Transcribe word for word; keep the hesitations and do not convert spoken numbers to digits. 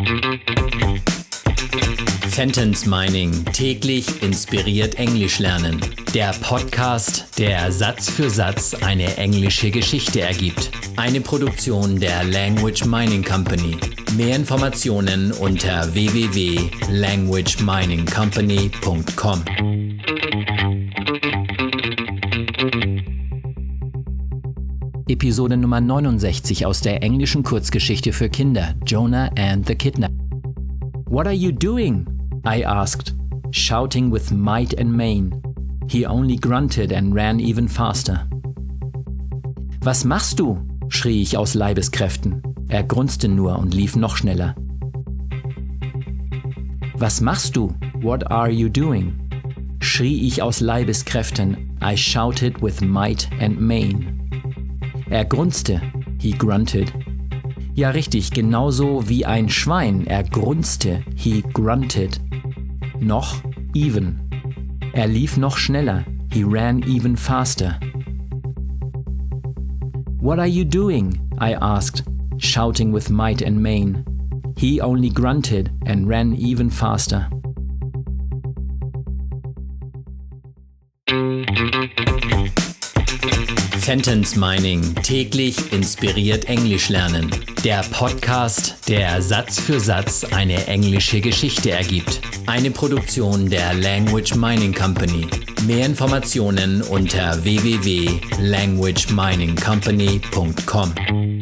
Sentence Mining. Täglich inspiriert Englisch lernen. Der Podcast, der Satz für Satz eine englische Geschichte ergibt. Eine Produktion der Language Mining Company. Mehr Informationen unter w w w punkt language mining company punkt com. Episode Nummer neunundsechzig aus der englischen Kurzgeschichte für Kinder, Jonah and the Kidnapper. "What are you doing?" I asked, shouting with might and main. He only grunted and ran even faster. "Was machst du?" schrie ich aus Leibeskräften. Er grunzte nur und lief noch schneller. "Was machst du? What are you doing?" schrie ich aus Leibeskräften. I shouted with might and main. Er grunzte. He grunted. Ja, richtig, genauso wie ein Schwein. Er grunzte. He grunted. Noch even. Er lief noch schneller. He ran even faster. "What are you doing?" I asked, shouting with might and main. He only grunted and ran even faster. Sentence Mining. Täglich inspiriert Englisch lernen. Der Podcast, der Satz für Satz eine englische Geschichte ergibt. Eine Produktion der Language Mining Company. Mehr Informationen unter w w w punkt language mining company punkt com.